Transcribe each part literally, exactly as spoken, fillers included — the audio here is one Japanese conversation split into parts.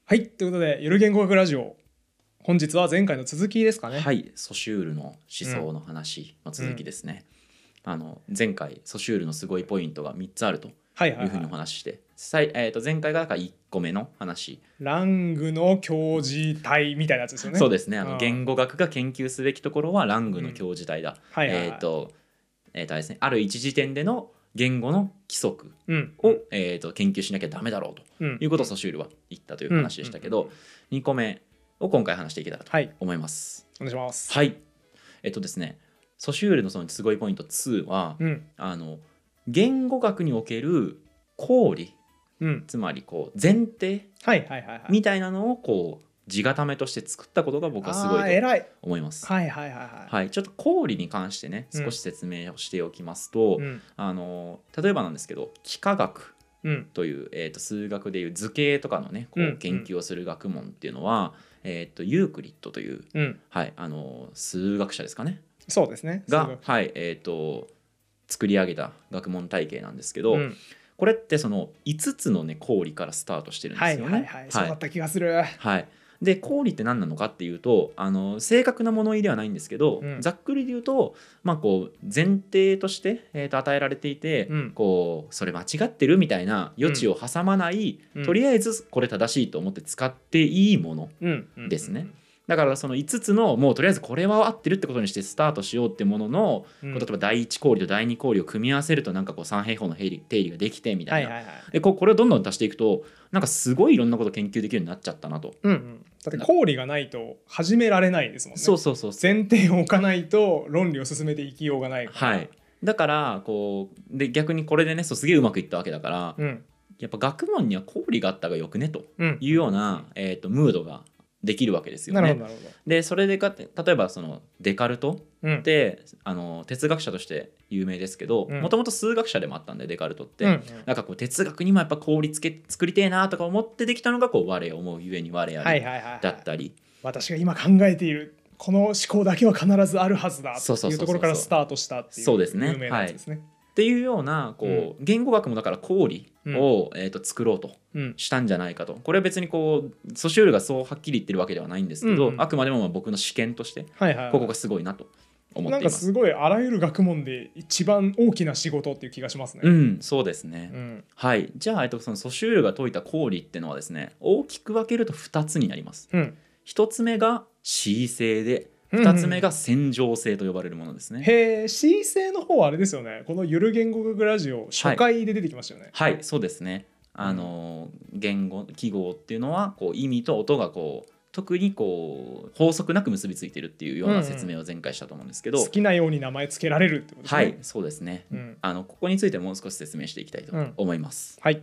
はい、ということでゆる言語学ラジオ、本日は前回の続きですかね。 はい、ソシュールの思想の話の続きですね、うん、あの前回ソシュールのすごいポイントがみっつあるというふうにお話しして、はいはいはい、えー、と前回がいっこめの話、 ラングの教示体みたいなやつですよね。 そうですね、あの言語学が研究すべきところはラングの教示体だ、 うん、はいはいはい、 えーとえーとですね、ある一時点での言語の規則を、 うんえー、と研究しなきゃダメだろうということをソシュールは言ったという話でしたけど、うんうんうん、にこめを今回話していけたらと思います、 はい、お願いします。 はい、えっとですねソシュールのそのすごいポイントには、 うん、 あの言語学における公理、うん、つまりこう前提みたいなのをこう地固めとして作ったことが僕はすごいと思います。 はいはいはいはい、 はい、ちょっと公理に関してね少し説明をしておきますと、うん、あの例えばなんですけど幾何学という、うんえー、と数学でいう図形とかのねこう研究をする学問っていうのは、うんえー、とユークリッドという、うんはい、あの数学者ですかね、 そうですねが、はいえー、と作り上げた学問体系なんですけど、うん、これってそのいつつのね公理からスタートしてるんですよね。 はいはいはい、はい、そうだった気がする。 はいで公理って何なのかっていうとあの正確な物言いではないんですけど、うん、ざっくりで言うと、まあ、こう前提として、えー、と与えられていて、うん、こうそれ間違ってるみたいな余地を挟まない、うん、とりあえずこれ正しいと思って使っていいものですね、うんうんうん、だからそのいつつのもうとりあえずこれは合ってるってことにしてスタートしようってものの、うん、例えばだいいち公理とだいに公理を組み合わせるとなんかこう三平方の定理、定理ができてみたいな、はいはいはい、でここれをどんどん足していくとなんかすごいいろんなこと研究できるようになっちゃったなと、 うんうん、だって公理がないと始められないですもんね。 そうそうそうそう、 前提を置かないと論理を進めていきようがないから、 はい、だからこうで逆にこれでねそうすげえうまくいったわけだから、うん、やっぱ学問には公理があったがよくねというような、うんえー、とムードができるわけですよね。 なるほどなるほど。 でそれでか例えばそのデカルトって、うん、あの哲学者として有名ですけどもともと数学者でもあったんでデカルトって、うんうん、なんかこう哲学にもやっぱ効率け作りてえなとか思ってできたのがこう我を思うゆえに我ありだったり、はいはいはいはい、 私が今考えているこの思考だけは必ずあるはずだっていうところからスタートしたっていう有名なやつですね。 っていうようなこう、うん、言語学もだから公理を、うんえー、と作ろうとしたんじゃないかと、これは別にこうソシュールがそうはっきり言ってるわけではないんですけど、うんうん、あくまでもまあ僕の試験として、はいはいはい、ここがすごいなと思っています。 なんかすごいあらゆる学問で一番大きな仕事っていう気がしますね。 うん、そうですね、うん、はい。じゃあ、えっと、そのソシュールが説いた公理っていうのはですね大きく分けるとふたつになります、うん、ひとつめが恣意性でふたつめが線上性と呼ばれるものですね。 へえ、恣意性の方はあれですよね、このゆる言語学ラジオ初回で出てきましたよね。 はい、はい、そうですね。あの、うん、言語記号っていうのはこう意味と音がこう特にこう法則なく結びついてるっていうような説明を前回したと思うんですけど、うんうん、好きなように名前つけられるってことですね。 はい、そうですね、うん、あのここについてもう少し説明していきたいと思います、 うん、はい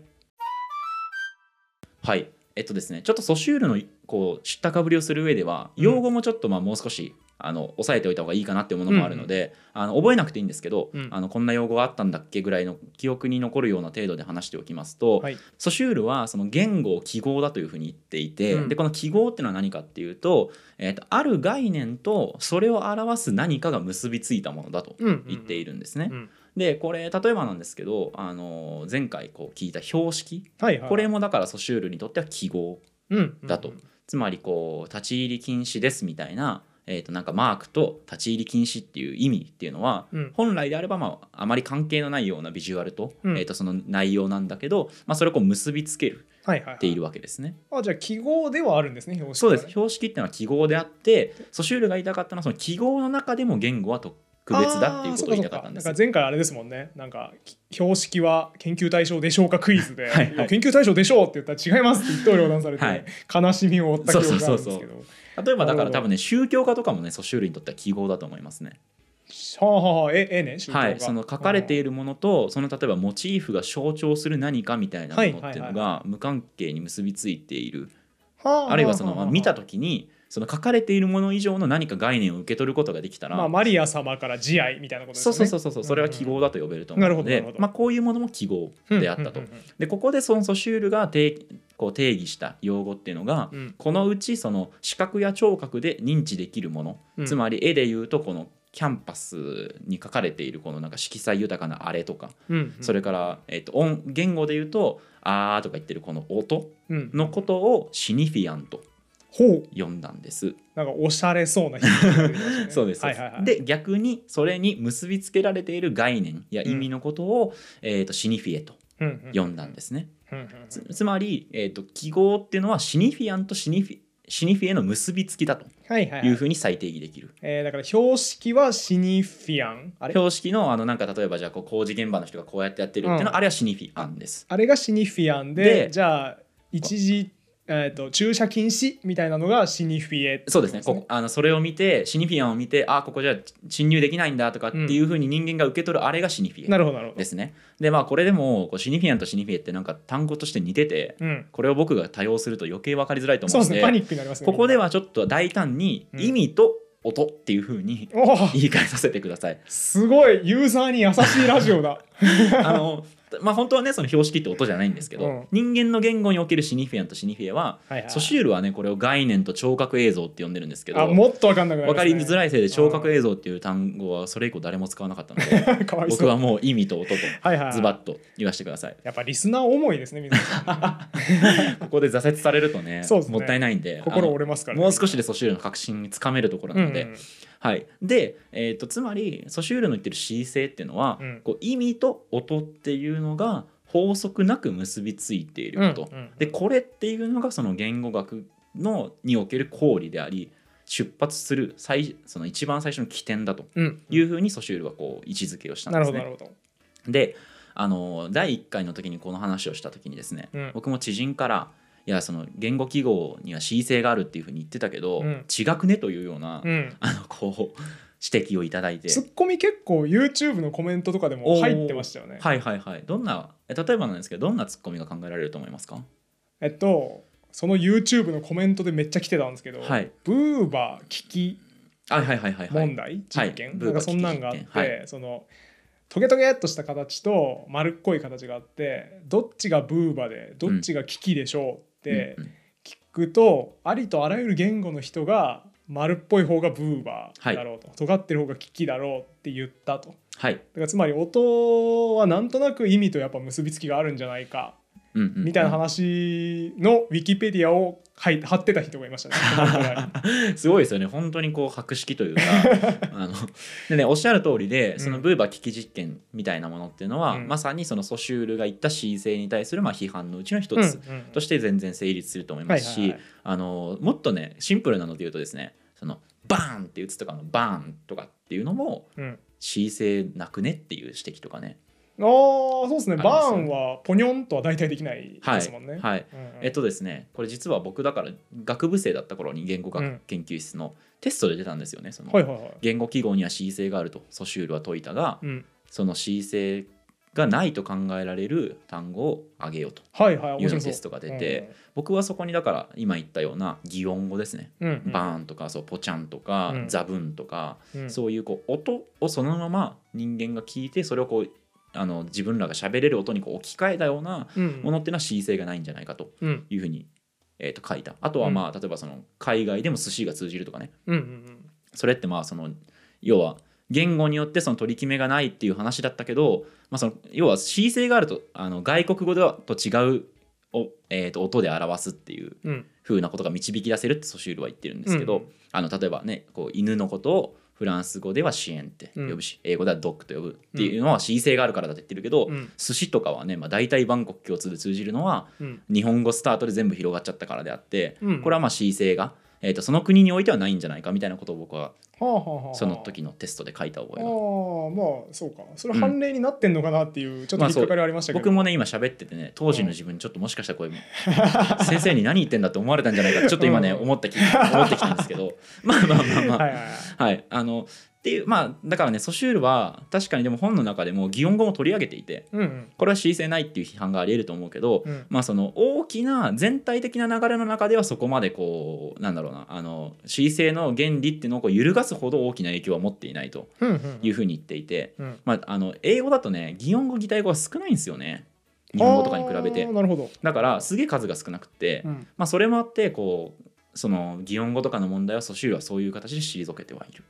はいえっとですね、ちょっとソシュールのこう知ったかぶりをする上では用語もちょっとまあもう少しあの押さえておいた方がいいかなっていうものもあるので、うん、あの覚えなくていいんですけど、うん、あのこんな用語があったんだっけぐらいの記憶に残るような程度で話しておきますと、はい、ソシュールはその言語を記号だというふうに言っていて、うん、でこの記号っていうのは何かっていうと、えーと、ある概念とそれを表す何かが結びついたものだと言っているんですね、うんうんうん、でこれ例えばなんですけど、あの前回こう聞いた標識、はいはいはい、これもだからソシュールにとっては記号だと、うんうんうん、つまりこう立ち入り禁止ですみたいな、えー、となんかマークと立ち入り禁止っていう意味っていうのは、うん、本来であれば、まあ、あまり関係のないようなビジュアルと、うんえー、とその内容なんだけど、まあ、それをこう結びつけるっているわけですね。 はいはいはい、あ、じゃあ記号ではあるんですね、標識はね。 そうです、標識っていうのは記号であってソシュールが言いたかったのはその記号の中でも言語は特別だっていうことを言いたかったんです。 なんか前回あれですもんね、なんか標識は研究対象でしょうかクイズではい、はい、研究対象でしょうって言ったら違いますって一刀両断されて、はい、悲しみを負った記憶があるんですけど、 例えばだから多分ね宗教家とかもねソシュールにとっては記号だと思いますね。 はあはあ、ええね、宗教家、 はい、その書かれているものとその例えばモチーフが象徴する何かみたいなものっていうのが無関係に結びついている、はいはいはい、あるいはその、まあ、見た時にその書かれているもの以上の何か概念を受け取ることができたら、 まあ、マリア様から慈愛みたいなことですね。 そうそうそうそう、それは記号だと呼べると思うので、うんうん、まあ、こういうものも記号であったと、うんうんうんうん、でここでそのソシュールが定こう定義した用語っていうのが、うん、このうちその視覚や聴覚で認知できるもの、うん、つまり絵でいうとこのキャンパスに書かれているこのなんか色彩豊かなあれとか、 うんうん、 それから、えー、と音言語で言うとあーとか言ってるこの音のことをシニフィアント呼んだんです。 うなんかおしゃれそうな人が出てきましたね。 そうです、はいはいはい、で逆にそれに結びつけられている概念や意味のことを、うんえー、とシニフィエと呼んだんですね。つ, つまり、えー、と記号っていうのはシニフィアンとシニフィシニフィエの結びつきだというふうに再定義できる、 はいはいはい、えー、だから標識はシニフィアン、あれ標識のあのなんか例えばじゃあこう工事現場の人がこうやってやってるっていうのは、うん、あれはシニフィアンです。 あれがシニフィアン で, でじゃあ一時えー、と駐車禁止みたいなのがシニフィエ、ね、 そうですね。ここあのそれを見てシニフィアンを見てあここじゃ侵入できないんだとかっていうふうに人間が受け取るあれがシニフィエですね。でまあこれでもこうシニフィアンとシニフィエってなんか単語として似てて、うん、これを僕が多用すると余計分かりづらいと思うので、 そうですね、パニックになりますね。 ここではちょっと大胆に意味と音っていうふうに言い換えさせてください。 すごいユーザーに優しいラジオだ。 あのまあ、本当はねその標識って音じゃないんですけど、うん、人間の言語におけるシニフィアンとシニフィエは、はいはい、ソシュールはねこれを概念と聴覚映像って呼んでるんですけど、 あもっと分かんなくなりますね。 分かりづらいせいで聴覚映像っていう単語はそれ以降誰も使わなかったのでかわいそう。僕はもう意味と音とズバッと言わせてください。はいはいはい、 やっぱリスナー重いですね皆さん。ここで挫折されると ね, ねもったいないんで心折れますから、ね、 もう少しでソシュールの核心につかめるところなので、うんうんはい、で、えーと、つまりソシュールの言ってる恣意性っていうのは、うん、こう意味と音っていうのが法則なく結びついていること、うんうんうん、でこれっていうのがその言語学のにおける公理であり出発する最その一番最初の起点だというふうにソシュールはこう位置づけをしたんですね。なるほどなるほど。であのだいいっかいの時にこの話をした時にですね、うん、僕も知人からいやその言語記号には恣意性があるっていうふうに言ってたけど、うん、違くねというような、うん、あのこう指摘をいただいて、 ツッコミ結構 YouTube のコメントとかでも入ってましたよね。 はいはいはい。どんな例えばなんですけどどんなツッコミが考えられると思いますか？ えっとその YouTube のコメントでめっちゃ来てたんですけど、はい、ブーバー危機問題実験、はい、なんかそんなんがあって、はい、そのトゲトゲっとした形と丸っこい形があってどっちがブーバでどっちが危機でしょうって聞くと、うん、ありとあらゆる言語の人が丸っぽい方がブーバーだろうと、はい、尖ってる方が危機だろうって言ったと、はい、だからつまり音はなんとなく意味とやっぱ結びつきがあるんじゃないか、うんうんうん、みたいな話のウィキペディアを貼ってた人がいましたね。すごいですよね本当にこう博識というかあので、ね、おっしゃる通りでそのブーバー危機実験みたいなものっていうのは、うん、まさにそのソシュールが言った恣意性に対するまあ批判のうちの一つとして全然成立すると思いますし、あのもっとねシンプルなので言うとですねそのバーンって打つとかのバーンとかっていうのも恣意性なくねっていう指摘とかね。 ああそうですね。バーンはポニョンとは大体できないですもんね。 はい、はいうんうん、えっとですねこれ実は僕だから学部生だった頃に言語学研究室のテストで出たんですよね。その言語記号には恣意性があるとソシュールは説いたが、うん、その恣意性がないと考えられる単語を挙げようというようなテストが出て、はいはい、僕はそこにだから今言ったような擬音語ですね、うんうん、バーンとかそうポチャンとか、うん、ザブンとか、うん、そういうこう音をそのまま人間が聞いてそれをこうあの自分らが喋れる音にこう置き換えたようなものっていうのは恣意性がないんじゃないかというふうに、えー、と書いた。あとはまあ、うん、例えばその海外でも寿司が通じるとかね、うんうんうん、それってまあその要は言語によってその取り決めがないっていう話だったけど、まあ、その要は恣意性があるとあの外国語ではと違うお、えー、と音で表すっていう風なことが導き出せるってソシュールは言ってるんですけど、うん、あの例えばねこう犬のことをフランス語ではシエンって呼ぶし、うん、英語ではドッグと呼ぶっていうのは恣意性があるからだって言ってるけど、うん、寿司とかはね、まあ、大体万国共通で通じるのは、うん、日本語スタートで全部広がっちゃったからであって、うん、これはまあ恣意性が、えー、とその国においてはないんじゃないかみたいなことを僕はその時のテストで書いた覚えが。ああまあそうかそれ判例になってんのかなっていうちょっと引っかかりありましたけど、 まあ、僕もね今喋っててね当時の自分ちょっともしかしたらこれ先生に何言ってんだって思われたんじゃないかってちょっと今ね思ってき思ってきたんですけどまあまあまあまあはい、はいはい、あのっていうまあだからねソシュールは確かにでも本の中でも擬音語も取り上げていて、うんうん、これは恣意性ないっていう批判があり得ると思うけど、うん、まあその大きな全体的な流れの中ではそこまでこうなんだろうなあの恣意性の原理っていうのをこう揺るがすほど大きな影響は持っていないというふうに言っていて、うんうんまあ、あの英語だとね擬音語擬態語は少ないんですよね日本語とかに比べて。 なるほど。 だからすげえ数が少なくて、うんまあ、それもあってこうその擬音語とかの問題はソシュールはそういう形で退けてはいる。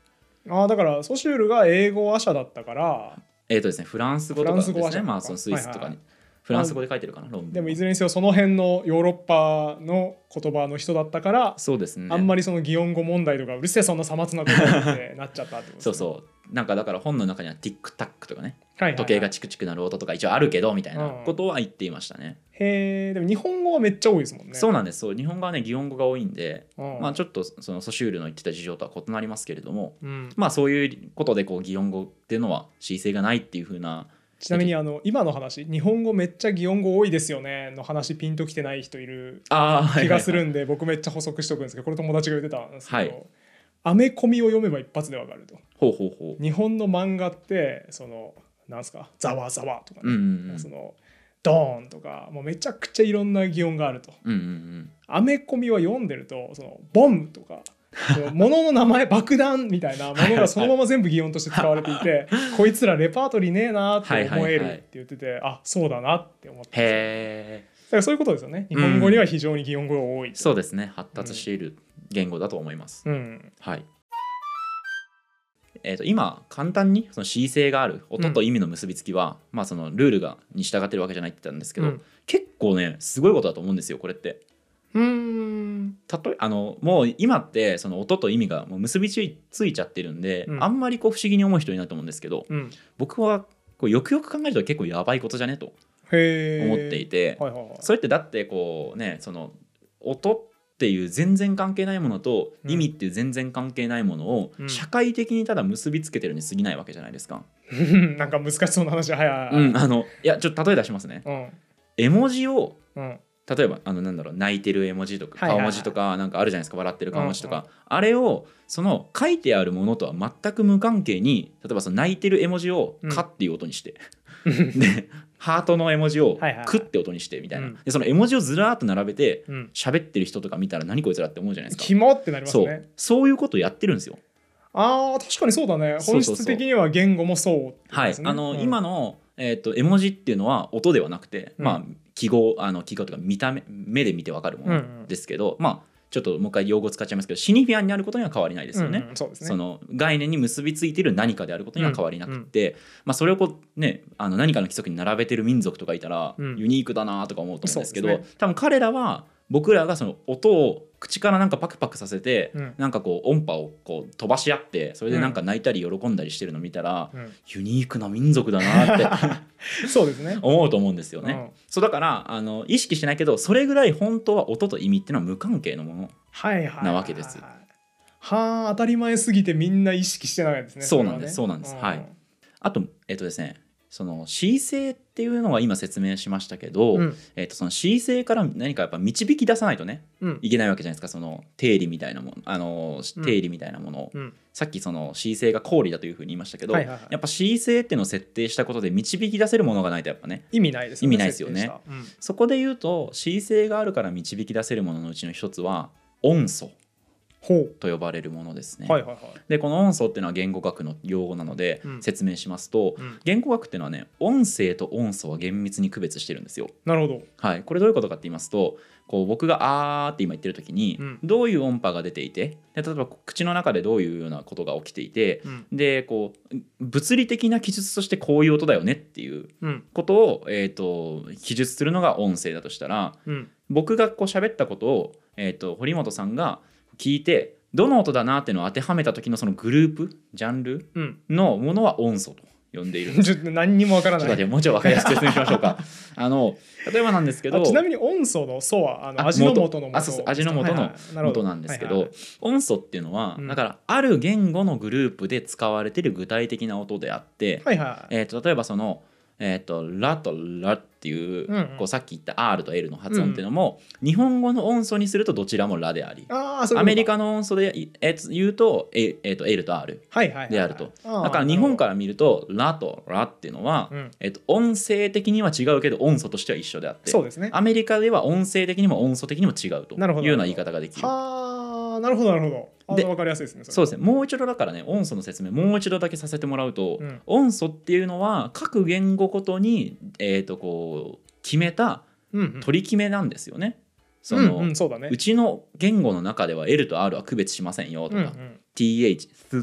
あだからソシュールが英語話者だったからえっ、ー、とですねフランス語とかですね、まあそのスイスとかに、はいはい、フランス語で書いてるかな、論文。 でもいずれにせよその辺のヨーロッパの言葉の人だったから、 そうですね、 あんまりその擬音語問題とかうるせえそんなさまつなことってなっちゃったってことですね。 そうそうなんかだから本の中にはティックタックとかね、はいはいはい、時計がチクチクなる音とか一応あるけどみたいなことは言っていましたね、 うん、へえ。でも日本語はめっちゃ多いですもんね。 そうなんです。そう日本語はね擬音語が多いんで、うん、まあちょっとそのソシュールの言ってた事情とは異なりますけれども、うん、まあそういうことでこう擬音語っていうのは恣意性がないっていう風な。 ちなみにあの今の話日本語めっちゃ擬音語多いですよねの話ピンときてない人いる気がするんで、僕めっちゃ補足しとくんですけど、これ友達が言ってたんですけど、はい、アメコミを読めば一発でわかると。 ほうほうほう。 日本の漫画ってそのなんすかざわざわとかね、うんうんうん、そのドーンとかもうめちゃくちゃいろんな擬音があると、うんうんうん、アメコミは読んでるとそのボムとか物の名前爆弾みたいなものがそのまま全部擬音として使われていてこいつらレパートリーねえなって思えるって言ってて、はいはいはい、あそうだなって思ってます。へー、だからそういうことですよね。日本語には非常に擬音語が多い、うん、 そうですね、発達している言語だと思います、うん、はい。えー、と今簡単にその恣意性がある音と意味の結びつきは、うん、まあそのルールがに従ってるわけじゃないって言ったんですけど、うん、結構ねすごいことだと思うんですよこれって。うーんたとえあのもう今ってその音と意味がもう結びついちゃってるんで、うん、あんまりこう不思議に思う人いないと思うんですけど、うん、僕はこうよくよく考えると結構やばいことじゃねと思っていて、はいはいはい、それってだってこうねその音っていう全然関係ないものと意味っていう全然関係ないものを社会的にただ結びつけてるに過ぎないわけじゃないですか。 なんか難しそうな話。はいはい、 うん、あのいやちょっと例え出しますね、うん、絵文字を、うん例えばあのなんだろう泣いてる絵文字とか顔文字とかなんかあるじゃないですか、笑ってる顔文字とか、うんうん、あれをその書いてあるものとは全く無関係に例えばその泣いてる絵文字をカっていう音にして、うん、でハートの絵文字をクって音にしてみたいな、でその絵文字をずらーっと並べて喋ってる人とか見たら何こいつらって思うじゃないですか。 キモってなりますね。 そうそういうことをやってるんですよ。 あー確かにそうだね。本質的には言語もそうですね。 はい、あの、うん、今のえー、と絵文字っていうのは音ではなくて、うん、まあ記号あの記号とか見た目目で見て分かるものですけど、うんうん、まあちょっともう一回用語使っちゃいますけどシニフィアンにあることには変わりないですよね。うんうん、そうですね。その概念に結びついている何かであることには変わりなくて、うんうんまあ、それをこう、ね、あの何かの規則に並べてる民族とかいたら、うん、ユニークだなとか思うと思うんですけど、ね、多分彼らは僕らがその音を口からなんかパクパクさせて、うん、なんかこう音波をこう飛ばし合ってそれでなんか泣いたり喜んだりしてるの見たら、うん、ユニークな民族だなってそうですね思うと思うんですよね、うん、そうだからあの意識してないけどそれぐらい本当は音と意味っていうのは無関係のものなわけです。 はいはいはいはい、はあ当たり前すぎてみんな意識してないですね。 そうなんです、そうなんです、うん、はい。あとえっとですねその恣意性っていうのは今説明しましたけど、うんえー、とその恣意性から何かやっぱ導き出さないとね、うん、いけないわけじゃないですか。その定理みたいなものあの定理みたいなものを、うん、さっきその恣意性が公理だというふうに言いましたけど、はいはいはい、やっぱ恣意性っていうのを設定したことで導き出せるものがないとやっぱね意味ないですよね。 意味ないですよね、うん、そこで言うと恣意性があるから導き出せるもののうちの一つは音素と呼ばれるものですね、はいはいはい、でこの音素っていうのは言語学の用語なので、うん、説明しますと、うん、言語学っていうのはね音声と音素は厳密に区別してるんですよ。 なるほど、 はい、これどういうことかって言いますとこう僕があーって今言ってる時に、うん、どういう音波が出ていてで例えば口の中でどういうようなことが起きていて、うん、でこう物理的な記述としてこういう音だよねっていうことを、えーと、記述するのが音声だとしたら、うん、僕がこう喋ったことを、えーと、堀本さんが聞いてどの音だなっていうのを当てはめた時のそのグループジャンルのものは音素と呼んでいるんです。 ちょっと何にもわからない。 ちょっともうちょい分かりやすく説明しましょうか。あの例えばなんですけどちなみに音素の素はあの味の素の素。 あそうそう味の素の素なんですけど、はいはい、音素っていうのは、うん、だからある言語のグループで使われている具体的な音であって、はいはい、えー、と例えばそのえー、とラとラっていう、うんうん、こうさっき言った R と L の発音っていうのも、うん、日本語の音素にするとどちらもラであり、あアメリカの音素で、えー、言うと、えー、と L と R であると。だから日本から見るとラとラっていうのは、うんえー、と音声的には違うけど音素としては一緒であって、そうですね、アメリカでは音声的にも音素的にも違うというような言い方ができる。 はあなるほどなるほど。で分かりやすいですね。そそうですね。もう一度だからね音素の説明もう一度だけさせてもらうと、うん、音素っていうのは各言語ごとに、えー、とこう決めた取り決めなんですよね。その、うんうんそうだね、うちの言語の中では L と R は区別しませんよとか、うんうん、ティーエイチ スと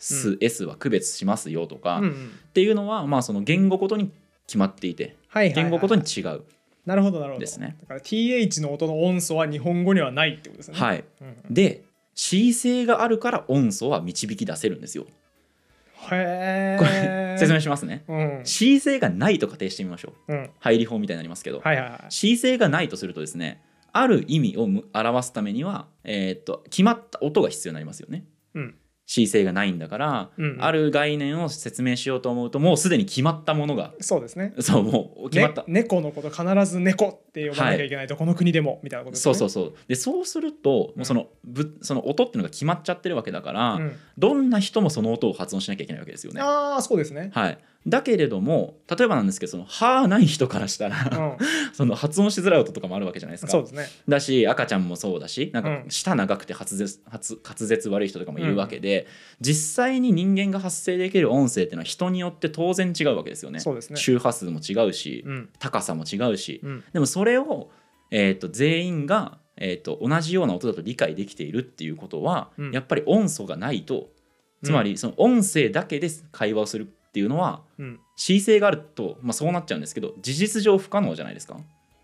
す、うん、S は区別しますよとか、 うんうん、 っていうのはまあその言語ごとに決まっていて、はいはいはいはい、言語ごとに違う。 なるほどなるほどですね。 だから ティーエイチ の音の音素は日本語にはないってことですね。 はい、 うんうん、 で C 性があるから音素は導き出せるんですよ。 へこれ説明しますね、 うん、 C 性がないと仮定してみましょう、 うん、 配理法みたいになりますけど、 はいはいはい、 C 性がないとするとですね、ある意味を表すためには、えー、っと決まった音が必要になりますよね、 うん、 C 性がないんだから、うんうん、ある概念を説明しようと思うともうすでに決まったものが、 そうですね、 そうもう決まった、 ね、猫のこと必ず猫って呼ばなきゃいけないと、はい、この国でもみたいなことですね。 そうそうそうでそうすると、もうそのぶその音っていうのが決まっちゃってるわけだから、 うん、 どんな人もその音を発音しなきゃいけないわけですよね。 ああそうですね、 はい、だけれども例えばなんですけど、その歯ない人からしたら、うん、その発音しづらい音とかもあるわけじゃないですか。 そうですね。 だし赤ちゃんもそうだし、なんか舌長くて滑舌、滑舌悪い人とかもいるわけで、うん、実際に人間が発声できる音声っていうのは人によって当然違うわけですよね。 そうですね。 周波数も違うし、うん、高さも違うし、うん、でもそれを、えーと、全員が、えーと、同じような音だと理解できているっていうことは、うん、やっぱり音素がないと、つまりその音声だけで会話をするっていうのは、うん、C 性があると、まあ、そうなっちゃうんですけど事実上不可能じゃないですか。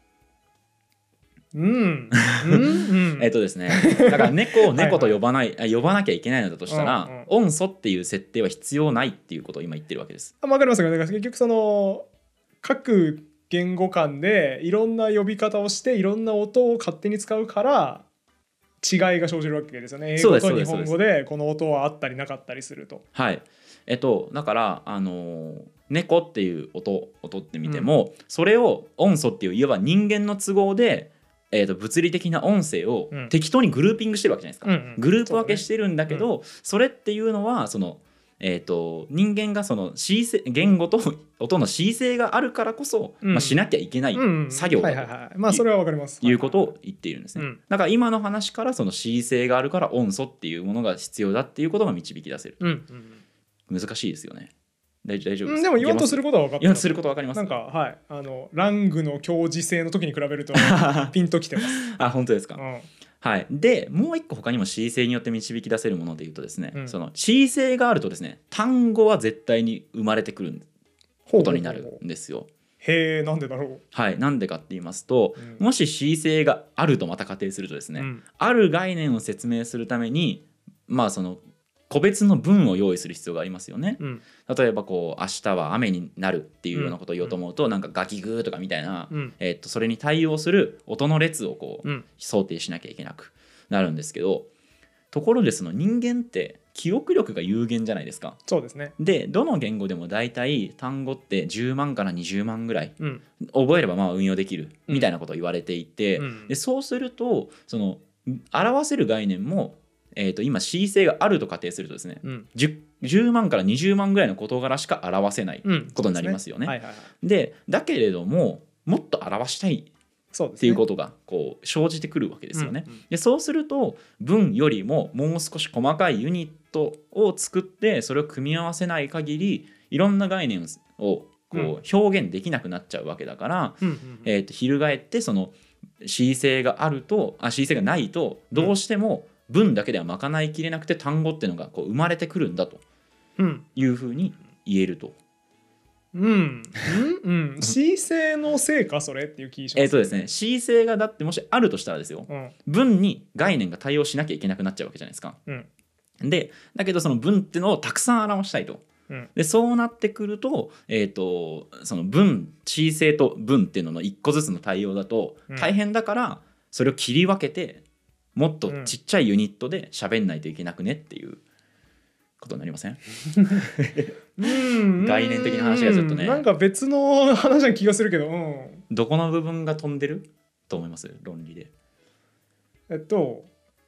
うん、うん、 えっとですね、だから猫を猫と呼ばない、はいはい、呼ばなきゃいけないのだとしたら、うんうん、音素っていう設定は必要ないっていうことを今言ってるわけです。 あ、分かりますか。だから結局その各言語間でいろんな呼び方をしていろんな音を勝手に使うから違いが生じるわけですよね。英語と日本語でこの音はあったりなかったりすると。 はい、えっとだからあのー、猫っていう音を取ってみても、うん、それを音素っていういわば人間の都合でえー、と物理的な音声を適当にグルーピングしてるわけじゃないですか、うんうん、グループ分けしてるんだけど、 そ,、ねうん、それっていうのはその、えー、と人間がその C 性言語と音の C 性があるからこそ、うんまあ、しなきゃいけない作業だということを言っているんですね、うん、だから今の話からその C 性があるから音素っていうものが必要だっていうことが導き出せる、うんうん、難しいですよね。大丈夫です。 うん、でも言おうとすることは分かった。 言おうとすることは分かります。 なんかはいあのラングの強磁性の時に比べるとピンときてます。 あ、本当ですか。うん、はい。でもう一個他にも C 性によって導き出せるものでいうとですね、うん、その C 性があるとですね、単語は絶対に生まれてくることになるんですよ。 へえ、なんでだろう。 はい、なんでかって言いますと、うん、もし C 性があるとまた仮定するとですね、うん、ある概念を説明するためにまあその個別の文を用意する必要がありますよね、うん、例えばこう明日は雨になるっていうようなことを言おうと思うと、うん、なんかガキグーとかみたいな、うんえー、っとそれに対応する音の列をこう、うん、想定しなきゃいけなくなるんですけど、ところでその人間って記憶力が有限じゃないですか。 そうですね。 でどの言語でも大体単語ってじゅうまんからにじゅうまんぐらい、うん、覚えればまあ運用できるみたいなことを言われていて、うん、でそうするとその表せる概念もえー、と今 C 性があると仮定するとですね、うん、10, じゅうまんからにじゅうまんぐらいの事柄しか表せないことになりますよね。でだけれどももっと表したいっていうことがこう生じてくるわけですよね。そうですね。でそうすると文よりももう少し細かいユニットを作ってそれを組み合わせない限りいろんな概念をこう表現できなくなっちゃうわけだから、うんえー、と翻ってその C 性があるとあ C 性がないとどうしても文だけでは賄いきれなくて単語っていうのがこう生まれてくるんだというふうに言えると。 うん、うんうん、C 性のせいかそれっていう気がします、ね。 えっとですね C 性がだってもしあるとしたらですよ、うん、文に概念が対応しなきゃいけなくなっちゃうわけじゃないですか。うん、でだけどその文っていうのをたくさん表したいと。うん、でそうなってくると、えーと、その文 C 性と文っていうのの一個ずつの対応だと大変だからそれを切り分けてもっとちっちゃいユニットで喋んないといけなくねっていうことになりません？うん概念的な話がちょっとねなんか別の話な気がするけど、うん、 どこの部分が飛んでると思います論理で。 えっと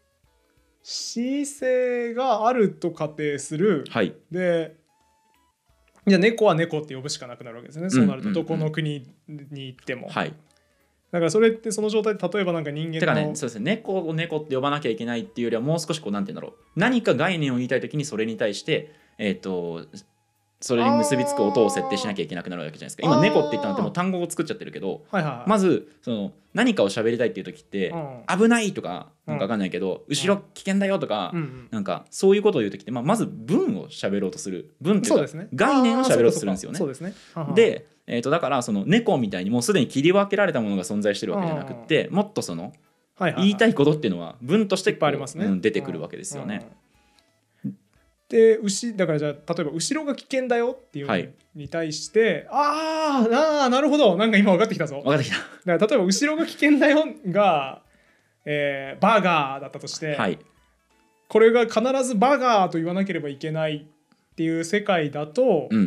C 性があると仮定する、はい、でじゃあ猫は猫って呼ぶしかなくなるわけですね、うん、そうなるとどこの国に行っても、はい、だからそれってその状態で例えばなんか人間のてかね、そうですね、猫を猫って呼ばなきゃいけないっていうよりはもう少しこうなんていうんだろう何か概念を言いたいときにそれに対してえっとそれに結びつく音を設定しなきゃいけなくなるわけじゃないですか。今猫って言ったのってもう単語を作っちゃってるけど、はいはいはい、まずその何かを喋りたいっていう時って、うん、危ないとかなんか分かんないけど、うん、後ろ危険だよとか、うん、なんかそういうことを言う時って、まあ、まず文を喋ろうとする文っていうか、ね、概念を喋ろうとするんですよね。 そうですね。 で、えー、とだからその猫みたいにもうすでに切り分けられたものが存在してるわけじゃなくってもっとその言いたいことっていうのは文としてこう、はいはいはい、うん、出てくるわけですよね。 で牛だからじゃあ例えば後ろが危険だよっていうのに対して、はい、ああなるほどなんか今分かってきたぞ。 分かってきた。 だから例えば後ろが危険だよが、えー、バーガーだったとして、はい、これが必ずバーガーと言わなければいけないっていう世界だと、うん、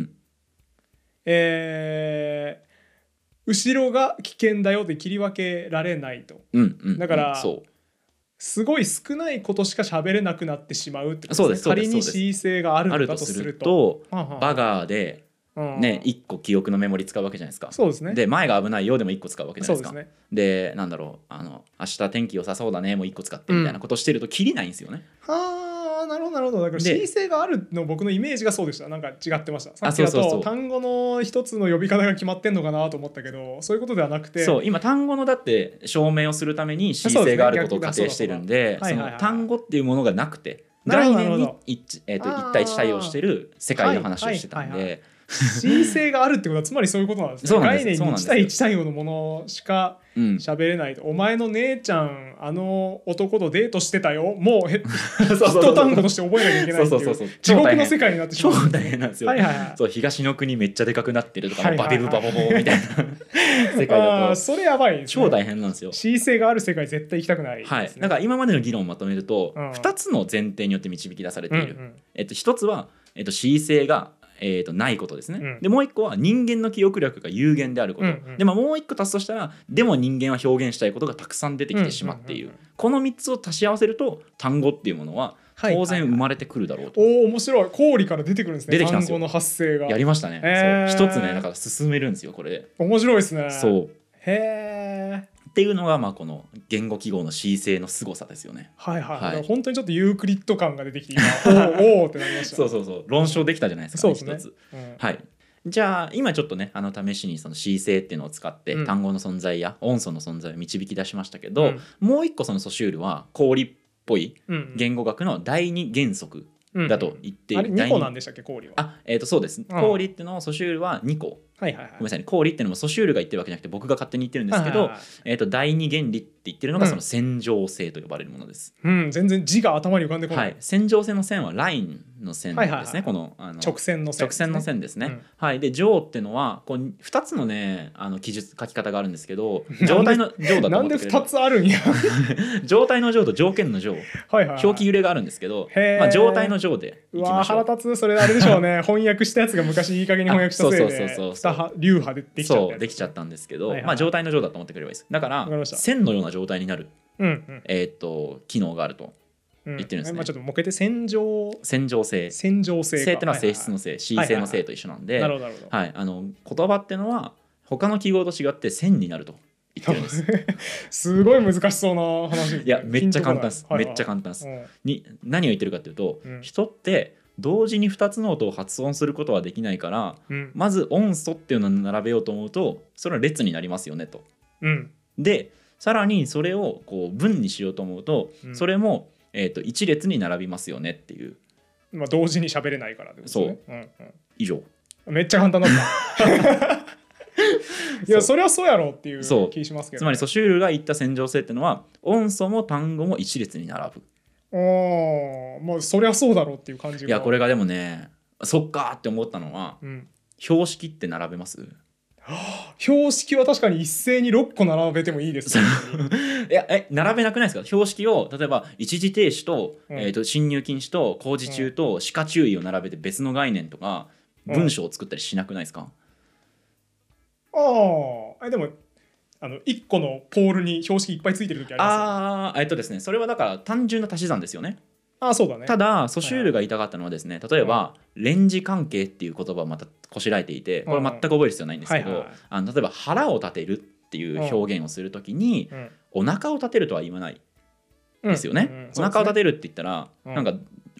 えー、後ろが危険だよって切り分けられないと、うんうん、だから、うん、そうすごい少ないことしか喋れなくなってしまうってことですね。仮に恣意性があるんだとすると、 バガーでね、いっこ記憶のメモリ使うわけじゃないですか。 そうですね。 で前が危ないよでもいっこ使うわけじゃないですか。 そうですね。 でなんだろうあの明日天気良さそうだねもういっこ使ってみたいなことしてるとキリないんですよね。 うん、はあなるほどなるほど。だから恣意性があるの僕のイメージがそうでした。なんか違ってました。さっきだと単語の一つの呼び方が決まってんのかなと思ったけどそういうことではなくて、 そう今単語のだって証明をするために恣意性があることを仮定してるんで、その単語っていうものがなくて概念に 一,、えー、と一対一対応してる世界の話をしてたんで、 恣意性があるってことはつまりそういうことなんですね。概念にいち対いち対応のものしか喋れないと、うん、お前の姉ちゃんあの男とデートしてたよもう一単語として覚えなきゃいけないっていう地獄の世界になってしまう。 超大変なんですよ、はいはいはい、そう東の国めっちゃでかくなってるとか、はいはいはい、バビブバボボみたいな世界だとそれやばいですね。 超大変なんですよ。 恣意性がある世界絶対行きたくないですね、 はい、だから今までの議論をまとめると、うん、ふたつの前提によって導き出されている、うんうんえっと、ひとつは、えっと、恣意性がえー、とないことですね、うん、でもう一個は人間の記憶力が有限であること、うんうんでまあ、もう一個足すとしたらでも人間は表現したいことがたくさん出てきてしまっている、うんうんうんうん、このみっつを足し合わせると単語っていうものは当然生まれてくるだろうと、 はいはいはい、お面白い。氷から出てくるんですね。 出てきたんですよ。 単語の発生がやりましたね、えー、そう一つねだから進めるんですよこれで。 面白いですね。 そうへーっていうのがまあこの言語記号の恣意性の凄さですよね。 はいはい、はい、本当にちょっとユークリッド感が出てきて今おおってなりました。 そうそうそう論証できたじゃないですか、ね、 そうですね、 一つ、うん、はいじゃあ今ちょっとねあの試しにその恣意性っていうのを使って単語の存在や音素の存在を導き出しましたけど、うん、もう一個そのソシュールは氷っぽい言語学の第二原則だと言っている、 うんうん、あれにこなんでしたっけ氷は。 あ、えー、とそうです、うん、氷っていうのをソシュールはにこ、はいはいはい、ごめんなさいね氷っていうのもソシュールが言ってるわけじゃなくて僕が勝手に言ってるんですけど、はいはいはいえー、と第二原理って言ってるのがその線状性と呼ばれるものです、 うんうん、全然字が頭に浮かんでこない、 はい、線状性の線はラインの線ですね、はいはいはい、この、あの直線の線ですね、 直線の線ですね、うんはい、で状っていうのはこうふたつのねあの記述書き方があるんですけど状態の状だと思ってくれるなんでふたつあるんや状態の状と条件の状、はいはいはい、表記揺れがあるんですけど、まあ、状態の状でいきましょう。 うわ腹立つ。それあれでしょうね翻訳したやつが昔いい加減に翻訳したせいで流派でできちゃったそうできちゃったんですけど、はいはいはい、まあ、状態の状だと思ってくればいいです。だから線のような状態になる、うんうんえー、と機能があると言ってるんですね、うんまあ、 ちょっともう一回で線状線状性線状性性ってのは性質の性、恣意性の性と一緒なんで、はいあの言葉ってのは他の記号と違って線になると言ってるんですすごい難しそうな話。 いやめっちゃ簡単です、はいはい、めっちゃ簡単です、うん、に何を言ってるかっていうと、うん、人って同時にふたつの音を発音することはできないから、うん、まず音素っていうのを並べようと思うとそれは列になりますよねと、うん、でさらにそれをこう文にしようと思うと、うん、それも、えー、と一列に並びますよねっていう、 まあ、同時に喋れないからってことですね。 そう、うんうん、以上。 めっちゃ簡単だったいや そ, それはそうやろっていう気しますけど、ね、 つまりソシュールが言った線状性っていうのは音素も単語も一列に並ぶ。 おまあそりゃそうだろうっていう感じが。 いやこれがでもねそっかって思ったのは、うん、標識って並べます？ 標識は確かに一斉にろっこ並べてもいいですねいやえ並べなくないですか？標識を例えば一時停止と、うんえー、と進入禁止と工事中と歯科注意を並べて別の概念とか文章を作ったりしなくないですか？ うん、ああでもあのいっこのポールに標識いっぱいついてる時ありますよね。 ああえっとですねそれはだから単純な足し算ですよね。 あそうだね。 ただソシュールが言いたかったのはですね、例えば、うん、レンジ関係っていう言葉をまたこしらえていてこれ全く覚える必要ないんですけど、うんはいはい、あの例えば腹を立てるっていう表現をするときに、うん、お腹を立てるとは言わないですよね、うんうんうん、お腹を立てるって言ったら、うん、なんか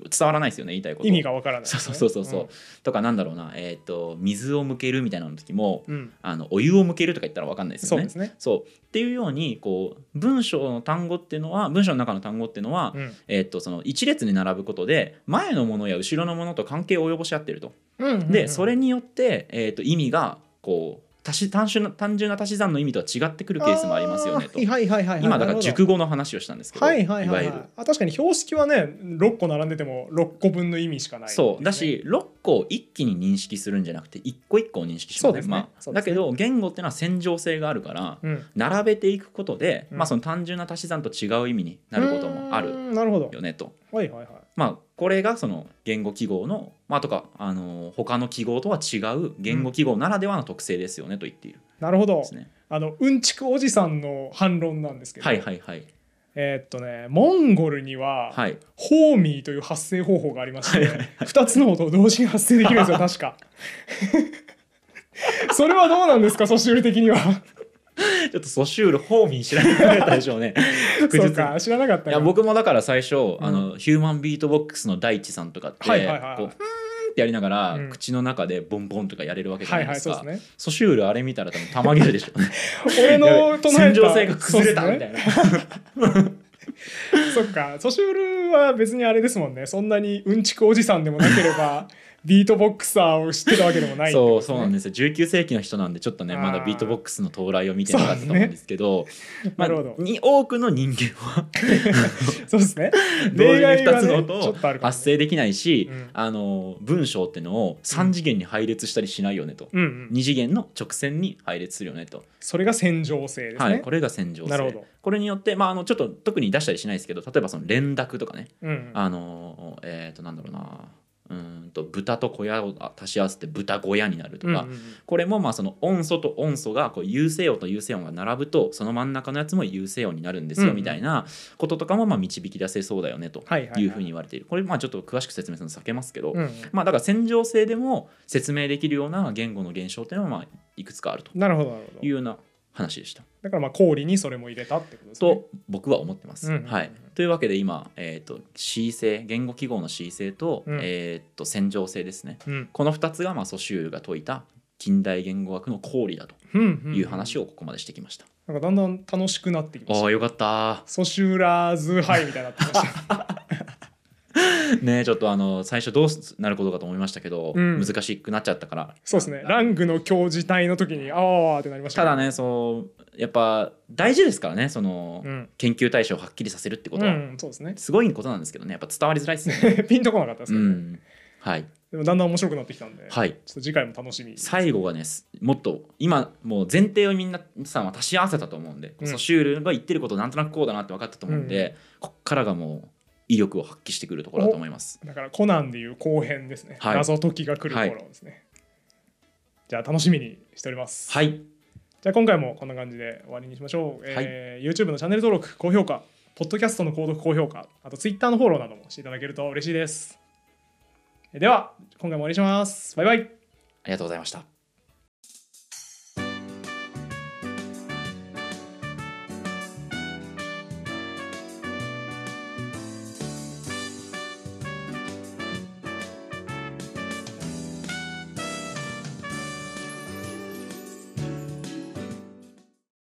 伝わらないですよね、言いたいこと。 意味がわからない、ね、 そうそうそうそう、うん、とかなんだろうな、えーと、水を向けるみたいなの時も、うん、あのお湯を向けるとか言ったらわかんないですよね。 そうですね。 そうっていうようにこう文章の単語っていうのは文章の中の単語っていうのは、うん、えーと、その一列に並ぶことで前のものや後ろのものと関係を及ぼし合っていると、うんうんうん、でそれによって、えーと、意味がこう足し単純な単純な足し算の意味とは違ってくるケースもありますよねと。今だから熟語の話をしたんですけど、 はいはいはいはい、いわゆるあ確かに標識はねろっこ並んでてもろっこぶんの意味しかない、ね、 そうだしろっこを一気に認識するんじゃなくて一個一個を認識しますね。まあ、だけど言語っていうのは線上性があるから、うん、並べていくことで、うんまあ、その単純な足し算と違う意味になることもあるよねと。 はいはいはい。 まあこれがその言語記号の、まあ、とか、あのー、他の記号とは違う言語記号ならではの特性ですよねと言っている、ね、 なるほど。あのうんちくおじさんの反論なんですけど、 はいはいはい、 えー、っとねモンゴルには、はい、ホーミーという発声方法がありまして、はいはいはい、ふたつの音を同時に発声できるんですよ確かそれはどうなんですかソシュール的にはちょっとソシュールホーミー知らなかったでしょうねそうか知らなかったいや僕もだから最初、うん、あのヒューマンビートボックスの大地さんとかって、はいはいはい、こうふーんってやりながら、うん、口の中でボンボンとかやれるわけじゃないですか、はいはいそうですね、ソシュールあれ見たら多分たまげるでしょうね俺の唱えた線上性が崩れたみたいなそっかソシュールは別にあれですもんね、そんなにうんちくおじさんでもなければビートボックサーを知ってたわけでもない、ね、 そうそうなんですよ。じゅうきゅう世紀の人なんでちょっとねまだビートボックスの到来を見てなかったと思うんですけど、ねまあ、なるほどに多くの人間はそうですね同時にふたつの音を発声できないし、ねうん、あの文章っていうのをさん次元に配列したりしないよねと、うんうん、に次元の直線に配列するよねと。 それが線上性ですね、 はい、これが線上性。なるほど。これによって、まあ、あのちょっと特に出したりしないですけど、例えばその連絡とかね、うんうん、あのえっとなんだろうなうんと豚と小屋を足し合わせて豚小屋になるとか、うんうんうん、これもまあその音素と音素がこう有声音と有声音が並ぶとその真ん中のやつも有声音になるんですよ、うんうん、みたいなこととかもまあ導き出せそうだよねというふうに言われている、はいはいはい、これまあちょっと詳しく説明するの避けますけど、うんうん、まあだから線上性でも説明できるような言語の現象っていうのはまあいくつかあるというような話でした。 だからまあ氷にそれも入れたってことですねと僕は思ってます、うんうんうん、はい、というわけで今、えー、と C 性言語記号の C 性と、うんえー、と線上性ですね、うん、このふたつがまあソシュールが説いた近代言語学の公理だという話をここまでしてきました、 うんうんうん、なんかだんだん楽しくなってきました。 ああよかった。 ソシューラーズハイみたいになってきましたねちょっとあの最初どうなることかと思いましたけど、うん、難しくなっちゃったから。 そうですね、ラングの教授体の時にああってなりました、 ね、ただねそうやっぱ大事ですからねその、うん、研究対象をはっきりさせるってことは、うん、そうですね、すごいことなんですけどねやっぱ伝わりづらいですねピンとこなかったですけどね、うん、 はいでもだんだん面白くなってきたんで、 はい、 ちょっと次回も楽しみ。 最後がねもっと今もう前提をみんなさんは足し合わせたと思うんで、うん、ソシュールが言ってることなんとなくこうだなって分かったと思うんで、うん、こっからがもう威力を発揮してくるところだと思います。 だからコナンでいう後編ですね、はい、謎解きが来る頃ですね、はい、じゃあ楽しみにしております。 はい、 じゃあ今回もこんな感じで終わりにしましょう、はいえー、YouTube のチャンネル登録高評価ポッドキャストの購読高評価あと Twitter のフォローなどもしていただけると嬉しいです。では今回も終わりにします。バイバイ。 ありがとうございました。